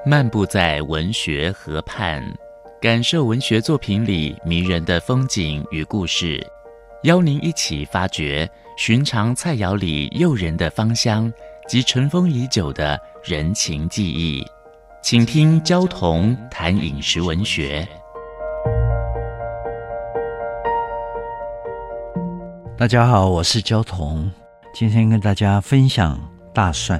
漫步在文学河畔，感受文学作品里迷人的风景与故事，邀您一起发掘寻常菜肴里诱人的芳香及尘封已久的人情记忆。请听焦桐谈饮食文学。 大家好，我是焦桐，今天跟大家分享大蒜。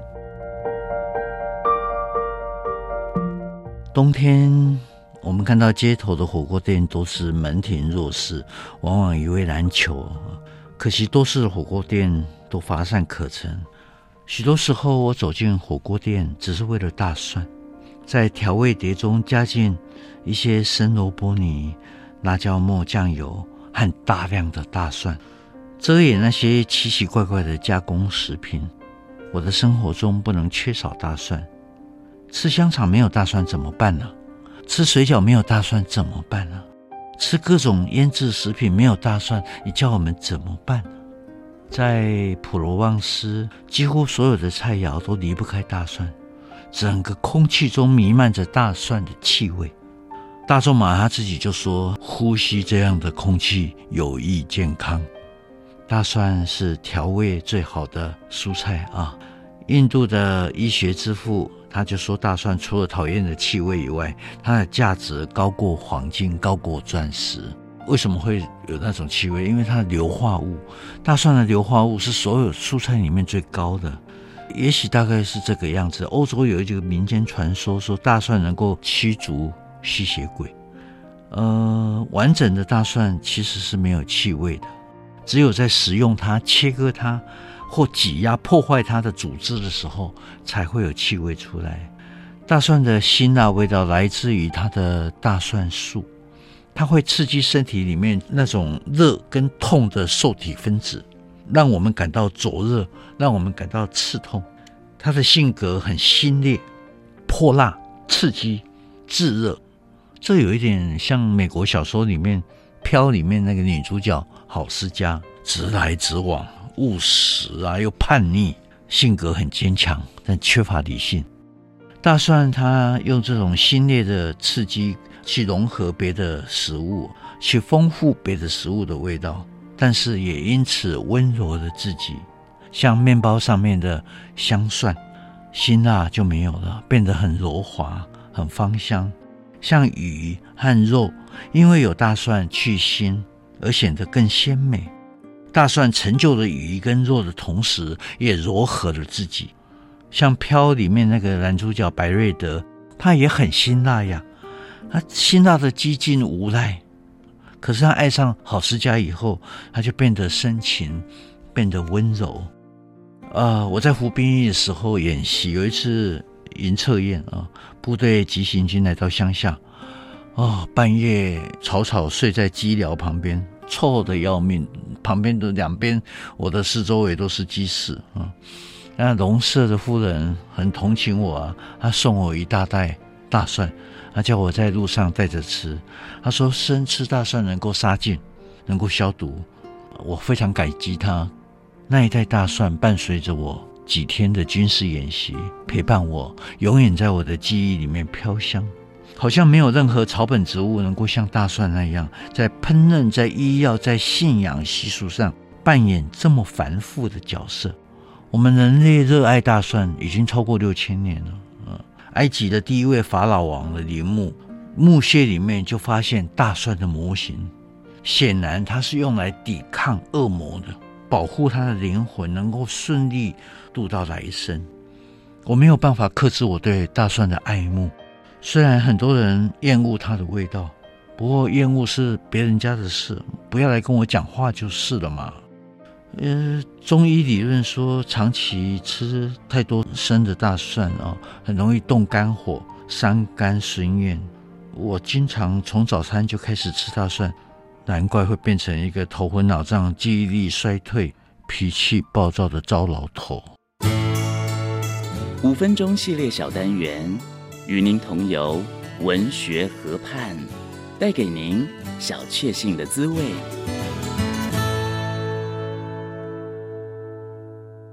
冬天我们看到街头的火锅店都是门庭若市，往往一味难求，可惜多数的火锅店都乏善可陈。许多时候我走进火锅店只是为了大蒜，在调味碟中加进一些生萝卜泥、辣椒末、酱油和大量的大蒜，遮掩那些奇奇怪怪的加工食品。我的生活中不能缺少大蒜。吃香肠没有大蒜怎么办呢？吃水饺没有大蒜怎么办呢？吃各种腌制食品没有大蒜，你叫我们怎么办呢？在普罗旺斯，几乎所有的菜肴都离不开大蒜，整个空气中弥漫着大蒜的气味。大仲马他自己就说，呼吸这样的空气有益健康。大蒜是调味最好的蔬菜啊！印度的医学之父他就说，大蒜除了讨厌的气味以外，它的价值高过黄金，高过钻石。为什么会有那种气味？因为它的硫化物，大蒜的硫化物是所有蔬菜里面最高的。也许大概是这个样子。欧洲有一个民间传说，说大蒜能够驱逐吸血鬼。完整的大蒜其实是没有气味的，只有在食用它、切割它或挤压破坏它的组织的时候才会有气味出来。大蒜的辛辣味道来自于它的大蒜素，它会刺激身体里面那种热跟痛的受体分子，让我们感到灼热，让我们感到刺痛。它的性格很辛烈、泼辣、刺激、炙热，这有一点像美国小说里面飘里面那个女主角郝思嘉，直来直往，务实啊，又叛逆，性格很坚强，但缺乏理性。大蒜它用这种辛烈的刺激去融合别的食物，去丰富别的食物的味道，但是也因此温柔了自己。像面包上面的香蒜，辛辣就没有了，变得很柔滑，很芳香。像鱼和肉，因为有大蒜去腥，而显得更鲜美。大蒜成就了鱼跟肉的同时，也柔和了自己。像飘里面那个男主角白瑞德，他也很辛辣呀，他辛辣的几近无赖。可是他爱上郝思嘉以后，他就变得深情，变得温柔。我在服兵役的时候演习，有一次营测验部队急行军来到乡下，半夜草草睡在鸡寮旁边，臭得要命，旁边的两边我的四周围都是鸡屎那农舍的夫人很同情我她送我一大袋大蒜，她叫我在路上带着吃，她说生吃大蒜能够杀菌，能够消毒。我非常感激她。那一袋大蒜伴随着我几天的军事演习，陪伴我，永远在我的记忆里面飘香。好像没有任何草本植物能够像大蒜那样，在烹饪、在医药、在信仰习俗上扮演这么繁复的角色。我们人类热爱大蒜已经超过6000年了。埃及的第一位法老王的陵墓，墓穴里面就发现大蒜的模型，显然它是用来抵抗恶魔的，保护他的灵魂能够顺利度到来生。我没有办法克制我对大蒜的爱慕，虽然很多人厌恶它的味道，不过厌恶是别人家的事，不要来跟我讲话就是了嘛。中医理论说，长期吃太多生的大蒜很容易动肝火，伤肝损眼。我经常从早餐就开始吃大蒜，难怪会变成一个头昏脑胀、记忆力衰退、脾气暴躁的糟老头。 5分钟系列小单元，与您同游文学河畔，带给您小确幸的滋味。